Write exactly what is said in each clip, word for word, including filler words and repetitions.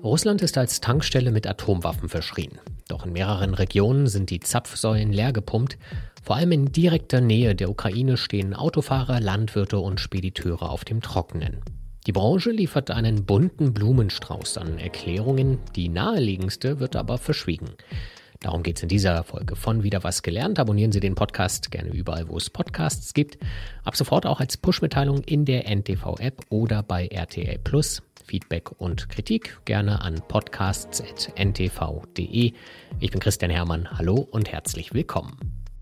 Russland ist als Tankstelle mit Atomwaffen verschrien. Doch in mehreren Regionen sind die Zapfsäulen leer gepumpt. Vor allem in direkter Nähe der Ukraine stehen Autofahrer, Landwirte und Spediteure auf dem Trockenen. Die Branche liefert einen bunten Blumenstrauß an Erklärungen, die naheliegendste wird aber verschwiegen. Darum geht es in dieser Folge von Wieder was gelernt. Abonnieren Sie den Podcast gerne überall, wo es Podcasts gibt. Ab sofort auch als Push-Mitteilung in der N T V-App oder bei R T L Plus. Feedback und Kritik gerne an podcasts at n t v punkt d e. Ich bin Christian Herrmann. Hallo und herzlich willkommen.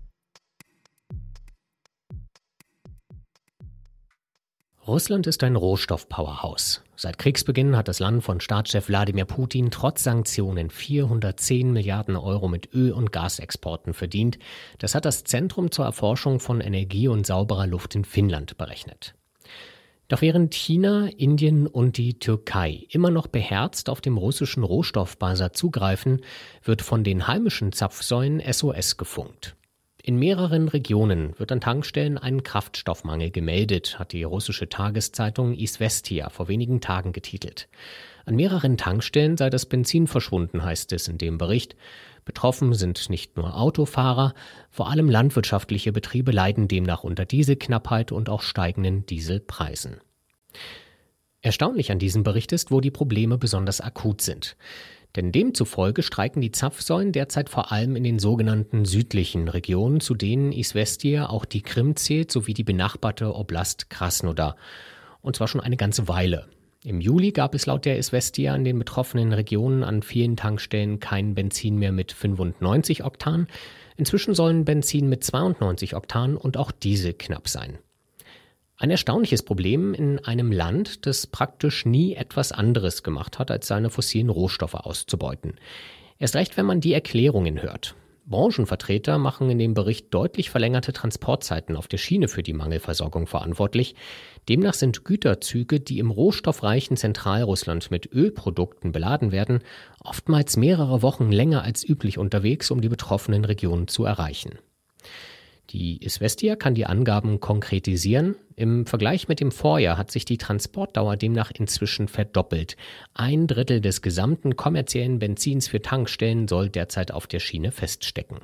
Russland ist ein Rohstoff-Powerhouse. Seit Kriegsbeginn hat das Land von Staatschef Wladimir Putin trotz Sanktionen vierhundertzehn Milliarden Euro mit Öl- und Gasexporten verdient. Das hat das Zentrum zur Erforschung von Energie und sauberer Luft in Finnland berechnet. Doch während China, Indien und die Türkei immer noch beherzt auf dem russischen Rohstoffbazar zugreifen, wird von den heimischen Zapfsäulen S O S gefunkt. In mehreren Regionen wird an Tankstellen ein Kraftstoffmangel gemeldet, hat die russische Tageszeitung Izvestia vor wenigen Tagen getitelt. An mehreren Tankstellen sei das Benzin verschwunden, heißt es in dem Bericht. Betroffen sind nicht nur Autofahrer, vor allem landwirtschaftliche Betriebe leiden demnach unter Dieselknappheit und auch steigenden Dieselpreisen. Erstaunlich an diesem Bericht ist, wo die Probleme besonders akut sind. Denn demzufolge streiken die Zapfsäulen derzeit vor allem in den sogenannten südlichen Regionen, zu denen Izvestia auch die Krim zählt, sowie die benachbarte Oblast Krasnodar. Und zwar schon eine ganze Weile. Im Juli gab es laut der Izvestia in den betroffenen Regionen an vielen Tankstellen kein Benzin mehr mit fünfundneunzig Oktan. Inzwischen sollen Benzin mit zweiundneunzig Oktan und auch Diesel knapp sein. Ein erstaunliches Problem in einem Land, das praktisch nie etwas anderes gemacht hat, als seine fossilen Rohstoffe auszubeuten. Erst recht, wenn man die Erklärungen hört. Branchenvertreter machen in dem Bericht deutlich verlängerte Transportzeiten auf der Schiene für die Mangelversorgung verantwortlich. Demnach sind Güterzüge, die im rohstoffreichen Zentralrussland mit Ölprodukten beladen werden, oftmals mehrere Wochen länger als üblich unterwegs, um die betroffenen Regionen zu erreichen. Die Izvestia kann die Angaben konkretisieren. Im Vergleich mit dem Vorjahr hat sich die Transportdauer demnach inzwischen verdoppelt. Ein Drittel des gesamten kommerziellen Benzins für Tankstellen soll derzeit auf der Schiene feststecken.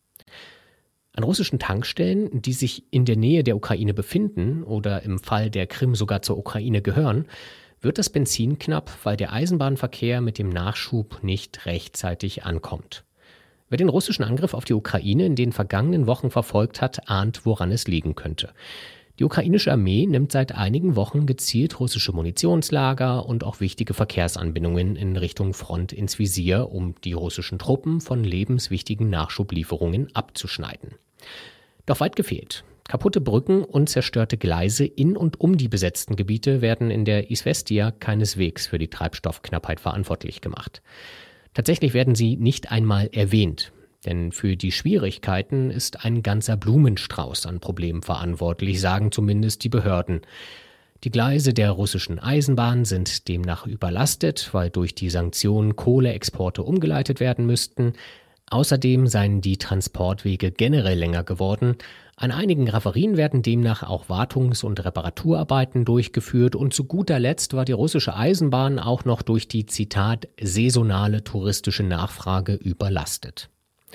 An russischen Tankstellen, die sich in der Nähe der Ukraine befinden oder im Fall der Krim sogar zur Ukraine gehören, wird das Benzin knapp, weil der Eisenbahnverkehr mit dem Nachschub nicht rechtzeitig ankommt. Wer den russischen Angriff auf die Ukraine in den vergangenen Wochen verfolgt hat, ahnt, woran es liegen könnte. Die ukrainische Armee nimmt seit einigen Wochen gezielt russische Munitionslager und auch wichtige Verkehrsanbindungen in Richtung Front ins Visier, um die russischen Truppen von lebenswichtigen Nachschublieferungen abzuschneiden. Doch weit gefehlt. Kaputte Brücken und zerstörte Gleise in und um die besetzten Gebiete werden in der Izvestia keineswegs für die Treibstoffknappheit verantwortlich gemacht. Tatsächlich werden sie nicht einmal erwähnt, denn für die Schwierigkeiten ist ein ganzer Blumenstrauß an Problemen verantwortlich, sagen zumindest die Behörden. Die Gleise der russischen Eisenbahn sind demnach überlastet, weil durch die Sanktionen Kohleexporte umgeleitet werden müssten. Außerdem seien die Transportwege generell länger geworden. An einigen Raffinerien werden demnach auch Wartungs- und Reparaturarbeiten durchgeführt und zu guter Letzt war die russische Eisenbahn auch noch durch die, Zitat, saisonale touristische Nachfrage überlastet.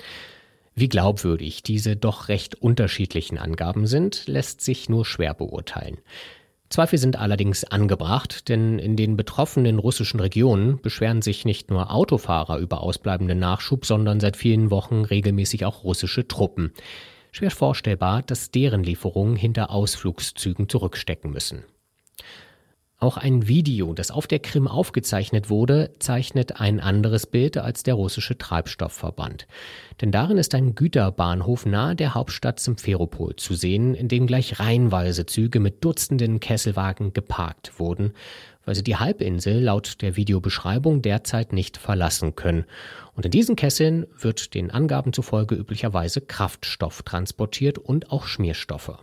Wie glaubwürdig diese doch recht unterschiedlichen Angaben sind, lässt sich nur schwer beurteilen. Zweifel sind allerdings angebracht, denn in den betroffenen russischen Regionen beschweren sich nicht nur Autofahrer über ausbleibenden Nachschub, sondern seit vielen Wochen regelmäßig auch russische Truppen. Schwer vorstellbar, dass deren Lieferungen hinter Ausflugszügen zurückstecken müssen. Auch ein Video, das auf der Krim aufgezeichnet wurde, zeichnet ein anderes Bild als der russische Treibstoffverband. Denn darin ist ein Güterbahnhof nahe der Hauptstadt Simferopol zu sehen, in dem gleich reihenweise Züge mit Dutzenden Kesselwagen geparkt wurden, weil sie die Halbinsel laut der Videobeschreibung derzeit nicht verlassen können. Und in diesen Kesseln wird den Angaben zufolge üblicherweise Kraftstoff transportiert und auch Schmierstoffe.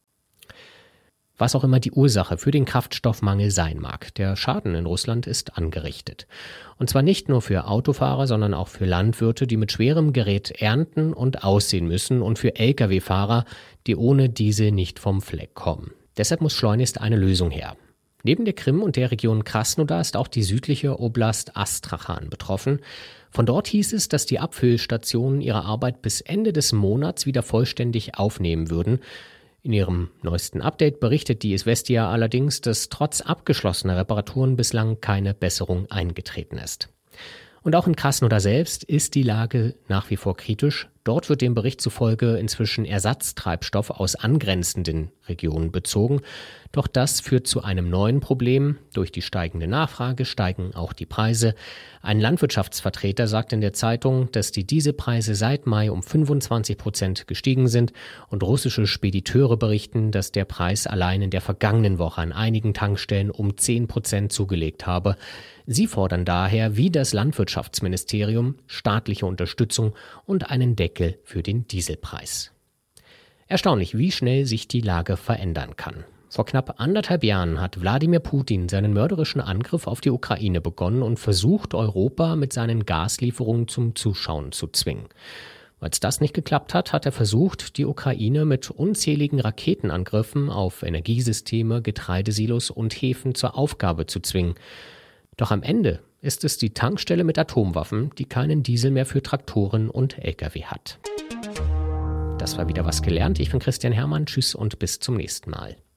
Was auch immer die Ursache für den Kraftstoffmangel sein mag, der Schaden in Russland ist angerichtet. Und zwar nicht nur für Autofahrer, sondern auch für Landwirte, die mit schwerem Gerät ernten und aussehen müssen, und für L K W-Fahrer, die ohne Diesel nicht vom Fleck kommen. Deshalb muss schleunigst eine Lösung her. Neben der Krim und der Region Krasnodar ist auch die südliche Oblast Astrachan betroffen. Von dort hieß es, dass die Abfüllstationen ihre Arbeit bis Ende des Monats wieder vollständig aufnehmen würden. In ihrem neuesten Update berichtet die Izvestia allerdings, dass trotz abgeschlossener Reparaturen bislang keine Besserung eingetreten ist. Und auch in Krasnodar selbst ist die Lage nach wie vor kritisch. Dort wird dem Bericht zufolge inzwischen Ersatztreibstoff aus angrenzenden Regionen bezogen. Doch das führt zu einem neuen Problem. Durch die steigende Nachfrage steigen auch die Preise. Ein Landwirtschaftsvertreter sagt in der Zeitung, dass die Dieselpreise seit Mai um fünfundzwanzig Prozent gestiegen sind. Und russische Spediteure berichten, dass der Preis allein in der vergangenen Woche an einigen Tankstellen um zehn Prozent zugelegt habe. Sie fordern daher, wie das Landwirtschaftsministerium, staatliche Unterstützung und einen Deckel für den Dieselpreis. Erstaunlich, wie schnell sich die Lage verändern kann. Vor knapp anderthalb Jahren hat Wladimir Putin seinen mörderischen Angriff auf die Ukraine begonnen und versucht, Europa mit seinen Gaslieferungen zum Zuschauen zu zwingen. Als das nicht geklappt hat, hat er versucht, die Ukraine mit unzähligen Raketenangriffen auf Energiesysteme, Getreidesilos und Häfen zur Aufgabe zu zwingen. Doch am Ende ist es die Tankstelle mit Atomwaffen, die keinen Diesel mehr für Traktoren und L K W hat. Das war wieder was gelernt. Ich bin Christian Hermann. Tschüss und bis zum nächsten Mal.